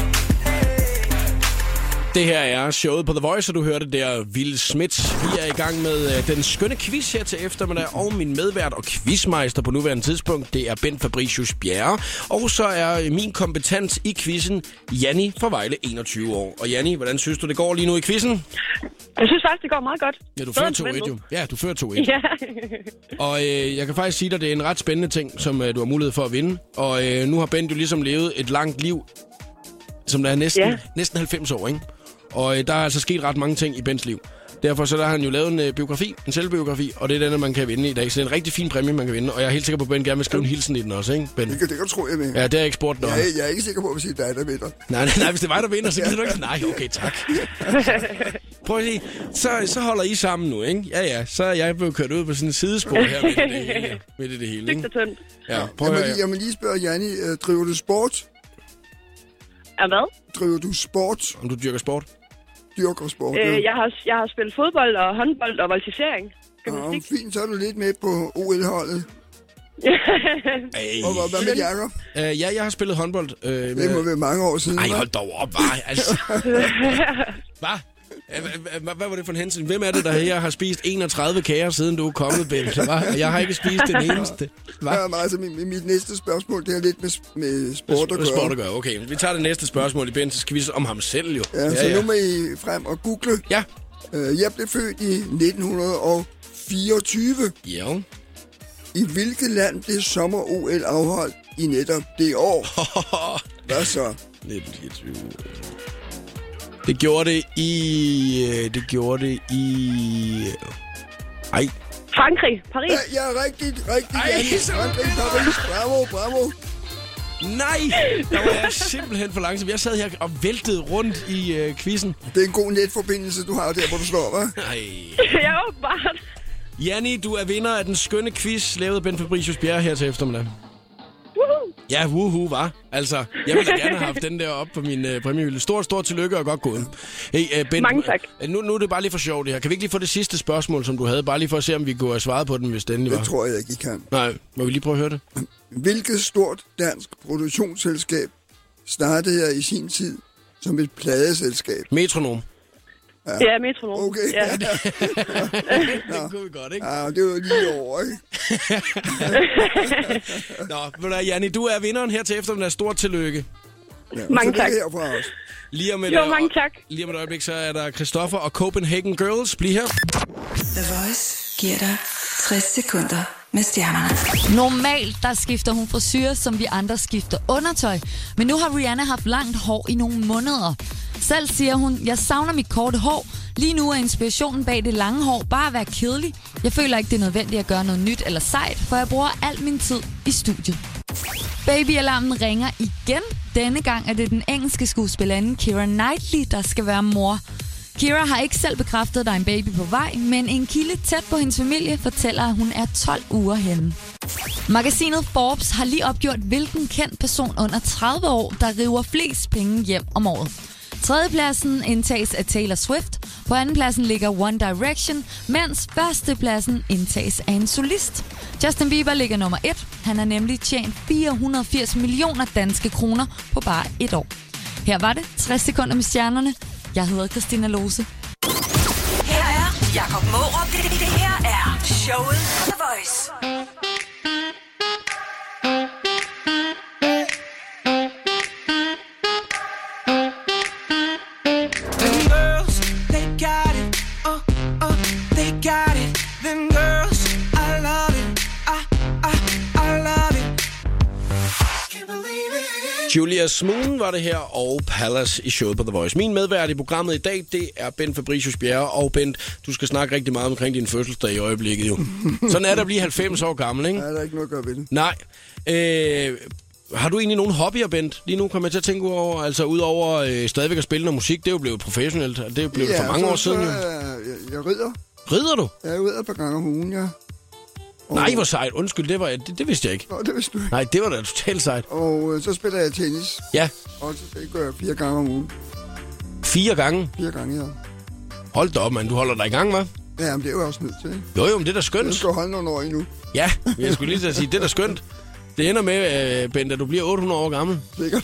Det her er showet på The Voice, og du hørte der Will Smith. Vi er i gang med den skønne quiz her til eftermiddag, og min medvært og quizmeister på nuværende tidspunkt, det er Bent Fabricius Bjerre. Og så er min kompetens i quizzen Janni fra Vejle, 21 år. Og Janni, hvordan synes du, det går lige nu i quizzen? Jeg synes faktisk, det går meget godt. Ja, du fører 2-1 jo. Ja, du fører 2-1. Ja. Og jeg kan faktisk sige dig, det er en ret spændende ting, som du har mulighed for at vinde. Og nu har Bent jo ligesom levet et langt liv, som der er næsten 90 år, ikke? Og der er altså sket ret mange ting i Bents liv. Derfor så der har han jo lavet en biografi, en selvbiografi, og det er den, man kan vinde i dag. Så det er en rigtig fin præmie, man kan vinde. Og jeg er helt sikker på, at Ben gerne vil skrive en hilsen i den også, ikke, Ben? Det kan tro, jeg med. Ja, det er jeg ikke spurgt nok. Jeg er ikke sikker på, hvis det er dig, der vinder. Nej, hvis det er mig, der vinder, så gider du ikke. Nej, okay, tak. Prøv at sige, så holder I sammen nu, ikke? Ja, så er jeg blevet kørt ud på sådan en sidespor her midt i det hele, ikke? Ja, prøv at jeg må lige spørge, Janni, driver du sport? Ja, hvad? Driver du sport? Om du dyrker sport? Dyrker sport, ja. Jeg har spillet fodbold og håndbold og voltigering. Fint, så er du lidt med på OL-holdet. Og hvad med Jacob? Ja, jeg har spillet håndbold. Det må være mange år siden. Ej, hold dog op, bare. Altså. Hvad? Hvad var det for en hensyn? Hvem er det, der her har spist 31 kager, siden du er kommet, Bent? Jeg har ikke spist den eneste. Altså, mit næste spørgsmål, det er lidt med sport at gøre. Sport at gøre, okay. Vi tager det næste spørgsmål i Bents quiz om ham selv, jo. Ja, så nu må I frem og google. Ja. Jeg blev født i 1924. Ja. I hvilket land blev sommer-OL afholdt i netop det år? Hvad så? 1924. Det gjorde det i... Ej. Frankrig, Paris. Ja, rigtigt, Janni. Frankrig, Paris. Bravo. Nej, der var jeg simpelthen for langsom. Jeg sad her og væltede rundt i quizzen. Det er en god netforbindelse, du har der, hvor du slår, hva'? Nej. Ja, åbenbart. Janni, du er vinder af den skønne quiz, lavet Bent Fabricius Bjerre her til eftermiddag. Ja, var. Altså, jeg ville da gerne have haft den der op på min præmiehylde. Stort tillykke og godt gået. Hey, Bent, mange tak. Nu er det bare lige for sjov det her. Kan vi ikke lige få det sidste spørgsmål, som du havde? Bare lige for at se, om vi kunne have svaret på den, hvis det endelig var. Det tror jeg ikke, I kan. Nej, må vi lige prøve at høre det? Hvilket stort dansk produktionsselskab startede jeg i sin tid som et pladeselskab? Metronom. Ja, Metronom. Okay. Ja. Det kunne vi godt, ikke? Ja, det var lige over, ikke? Nå, Janni, du er vinderen her til eftermiddag. Stort tillykke. Ja, mange tak. Herfra også. Lige om et øjeblik, så er der Christoffer og Copenhagen Girls. Bliv her. The Voice giver dig 60 sekunder med stjernerne. Normalt, der skifter hun frisyr, som vi andre skifter undertøj. Men nu har Rihanna haft langt hår i nogle måneder. Selv siger hun, jeg savner mit korte hår. Lige nu er inspirationen bag det lange hår bare at være kedelig. Jeg føler ikke, det er nødvendigt at gøre noget nyt eller sejt, for jeg bruger al min tid i studiet. Babyalarmen ringer igen. Denne gang er det den engelske skuespillerinde Keira Knightley, der skal være mor. Keira har ikke selv bekræftet, at der er en baby på vej, men en kilde tæt på hendes familie fortæller, at hun er 12 uger henne. Magasinet Forbes har lige opgjort, hvilken kendt person under 30 år, der river flest penge hjem om året. Tredjepladsen indtages af Taylor Swift. På andenpladsen ligger One Direction, mens førstepladsen indtages af en solist. Justin Bieber ligger nummer 1. Han har nemlig tjent 480 millioner danske kroner på bare et år. Her var det 60 sekunder med stjernerne. Jeg hedder Christina Lose. Her er Jakob Mårup. Det her er showet på The Voice. Julia Smoon var det her, og Palace i showet på The Voice. Min medvært i programmet i dag, det er Bent Fabricius Bjerre. Og Bent, du skal snakke rigtig meget omkring din fødselsdag i øjeblikket jo. Sådan er der at blive 90 år gammel, ikke? Ja, der er ikke noget at gøre ved det. Nej. Har du egentlig nogle hobbyer, Bent? Lige nu kommer jeg til at tænke over, altså udover stadigvæk at spille noget musik, det er jo blevet professionelt. Det er jo blevet for mange år siden. Jeg rider. Rider du? Jeg rider et par gange om ugen, ja. Nej, hvor sejt. Undskyld, det vidste jeg ikke. Nå, det vidste du ikke. Nej, det var da totalt sejt. Og så spiller jeg tennis. Ja. Og det gør jeg 4 gange om ugen. 4 gange? 4 gange, ja. Hold da op, mand. Du holder dig i gang, hva'? Ja, men det er jo også nødt til, ikke? Jo, men det er da skønt. Jeg skal holde nogle år endnu. Ja, jeg skulle lige til at sige, det er da skønt. Det ender med, Bent, at du bliver 800 år gammel. Sikkert.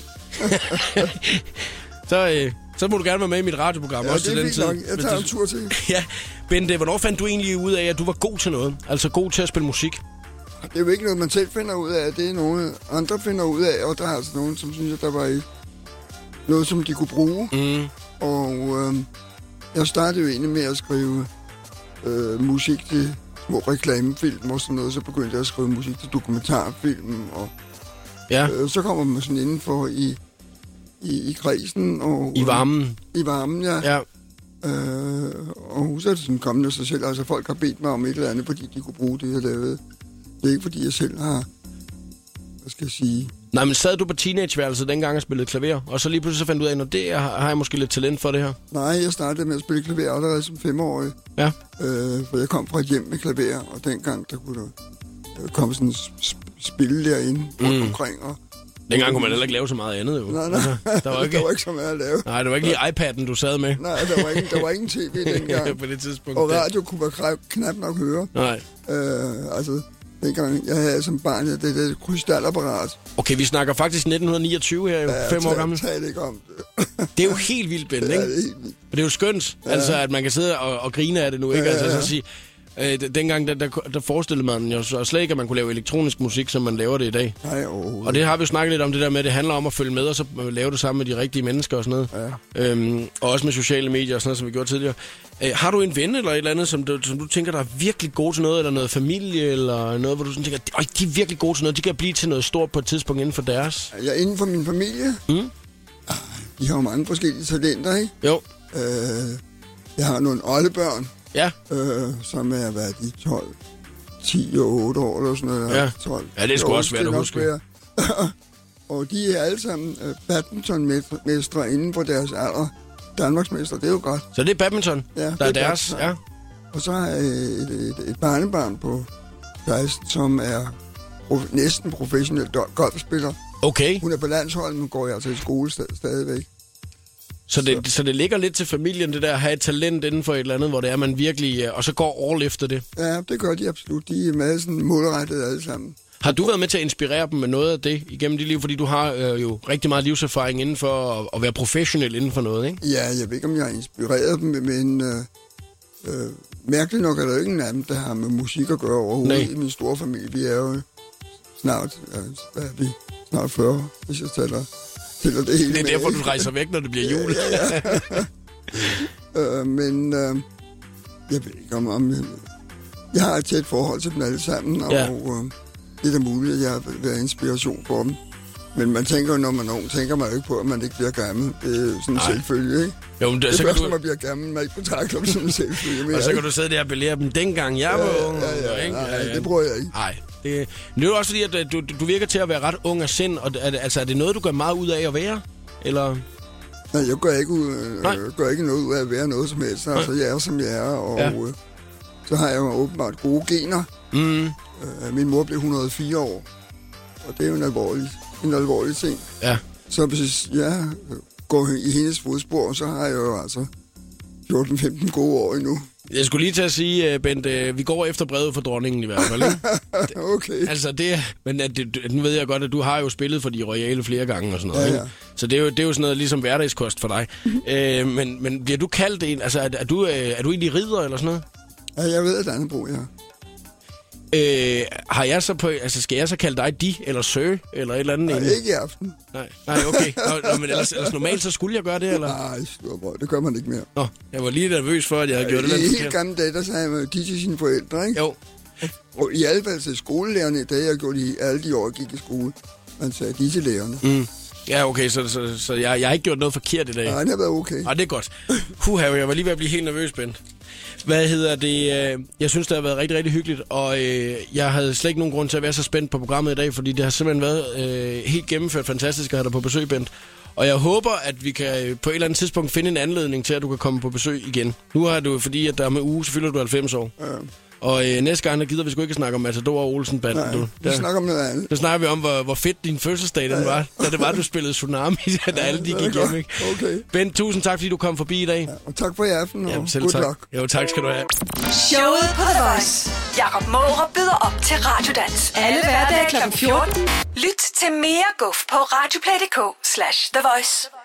Så må du gerne være med i mit radioprogram. Ja, også det er til den fint tid. nok. Jeg tager en tur til. Ja, Bent, hvornår fandt du egentlig ud af, at du var god til noget? Altså god til at spille musik? Det er jo ikke noget, man selv finder ud af. Det er noget, andre finder ud af. Og der er altså nogen, som synes, at der var noget, som de kunne bruge. Mm. Og jeg startede jo egentlig med at skrive musik til små reklamefilm og sådan noget. Så begyndte jeg at skrive musik til dokumentarfilm. Og ja. Så kommer man sådan indenfor i kredsen. Og, I varmen? I varmen, ja. Ja. Og så er det sådan kommet af sig selv. Altså folk har bedt mig om et eller andet, fordi de kunne bruge det, jeg lavede. Det er ikke, fordi jeg selv har, hvad skal jeg sige... Nej, men sad du på teenageværelset dengang og spillede klaver, og så lige pludselig så fandt du ud af, at det har jeg måske lidt talent for det her? Nej, jeg startede med at spille klaver allerede som 5-årig. Ja. For jeg kom fra et hjem med klaver, og dengang der kunne der komme sådan en spille derinde rundt omkring. Og dengang kunne man heller ikke lave så meget andet, jo. Nej. Altså, der var ikke så meget at lave. Nej, det var ikke lige iPad'en, du sad med. Nej, der var ingen tv dengang. På det tidspunkt. Og radio kunne man knap nok høre. Nej. Altså... Dengang jeg havde som barn det der krystalapparat. Okay, vi snakker faktisk 1929 her, jo. Ja, 5 år gammel. Jeg taler ikke om det. Det er jo helt vildt, Bent, ikke? Ja, det er helt vildt. Men det er jo skønt, altså, at man kan sidde og grine af det nu, ikke? Altså, så sige, dengang, der forestillede man jo slet ikke, at man kunne lave elektronisk musik, som man laver det i dag. Nej, og det har vi jo snakket lidt om, det der med, at det handler om at følge med, og så lave det sammen med de rigtige mennesker og sådan noget. Ja. Og også med sociale medier og sådan noget, som vi gjorde tidligere. Har du en ven eller et eller andet, som du tænker, der er virkelig god til noget, eller noget familie, eller noget, hvor du sådan tænker, de er virkelig gode til noget, de kan blive til noget stort på et tidspunkt inden for deres? Ja, inden for min familie? De har jo mange forskellige talenter, ikke? Jo. Jeg har nogle oldebørn, ja. Som er, hvad er de, 12, 10 og 8 år eller sådan noget. Ja, 12. ja det skulle også være, at huske. Og de er alle sammen badmintonmestre inden for deres alder. Danmarksmester, det er jo godt. Så det er badminton, ja, der er deres, ja. Og så har jeg et barnebarn på 16, som er næsten professionel golfspiller. Okay. Hun er på landsholdet, nu går jeg altså i skole stadigvæk. Så det ligger lidt til familien, det der at have et talent inden for et eller andet, hvor det er, man virkelig... Og så går all efter det. Ja, det gør de absolut. De er meget sådan målrettet alle sammen. Har du været med til at inspirere dem med noget af det igennem dit liv? Fordi du har jo rigtig meget livserfaring inden for at være professionel inden for noget, ikke? Ja, jeg ved ikke, om jeg har inspireret dem, men mærkeligt nok er der ikke en af dem, der har med musik at gøre overhovedet. Nej. I min store familie. Vi er jo snart 40, hvis jeg tæller det hele. Det er derfor, du rejser væk, når det bliver jul. Ja. Men jeg ved ikke om jeg har et tæt forhold til dem alle sammen, og det er da muligt, at jeg har været inspiration for dem. Men man tænker jo, når man er ung, tænker man jo ikke på, at man ikke bliver gammel. Det er jo sådan en selvfølge, ikke? Jo, men det er først, når man bliver gammel, man ikke betragter dem som en selvfølge. Og så kan du sidde der og belære dem, dengang jeg var ung. Nej, det bruger jeg ikke. Nej, det er jo også fordi, at du virker til at være ret ung af sind. Og er det noget, du gør meget ud af at være? Eller... Nej, jeg gør ikke noget ud af at være noget som helst. Altså, jeg er, som jeg er, og så har jeg jo åbenbart gode gener. Mm. Min mor blev 104 år, og det er jo en alvorlig ting. Ja. Så hvis jeg gå i hendes fodspor, så har jeg jo altså 14-15 gode år endnu. Jeg skulle lige til at sige, Bent, vi går efter brevet for dronningen i hvert fald, ikke? Okay. Altså, nu ved jeg godt, at du har jo spillet for de royale flere gange og sådan noget, ikke? Så det er jo sådan noget ligesom hverdagskost for dig. Men bliver du kaldt en... Altså, er du egentlig ridder eller sådan noget? Ja, jeg ved, at Dannebro, ja. Har jeg så på... Altså, skal jeg så kalde dig de eller sø eller et eller andet? Nej, ikke i aften. Nej, okay. Men ellers normalt, så skulle jeg gøre det, eller? Nej, storbrød, det gør man ikke mere. Nå, jeg var lige nervøs for, at jeg havde gjort det. I helt gamle dage, der sagde man de til sine forældre, ikke? Jo. Og i alle fald til skolelærerne, da jeg gjorde det alle de år, jeg gik i skole, man sagde de til lærerne. Mm. Ja, okay, så jeg har ikke gjort noget forkert i dag. Nej, det har været okay. Nej, det er godt. Jeg var lige ved at blive helt nervøs, Bent. Hvad hedder det? Jeg synes, det har været rigtig, rigtig hyggeligt, og jeg havde slet ikke nogen grund til at være så spændt på programmet i dag, fordi det har simpelthen været helt gennemført fantastisk at have dig på besøg, Bent. Og jeg håber, at vi kan på et eller andet tidspunkt finde en anledning til, at du kan komme på besøg igen. Nu har du, fordi at der med uge, så fylder du 90 år. Ja. Og næste gang, der gider vi sgu ikke snakke om Matador og Olsen-banden. Vi snakker om noget andet. Nu snakker vi om, hvor fedt din fødselsdag den var, da det var, du spillede Tsunami, da alle de gik hjem, ikke? Okay. Bent, tusind tak, fordi du kom forbi i dag. Ja, og tak for i aften, og good luck. Jo, tak skal du have. Showet på The Voice. Jakob Mårup byder op til Radiodans. Alle hverdage kl. 14. Lyt til mere guf på radioplay.dk/The Voice.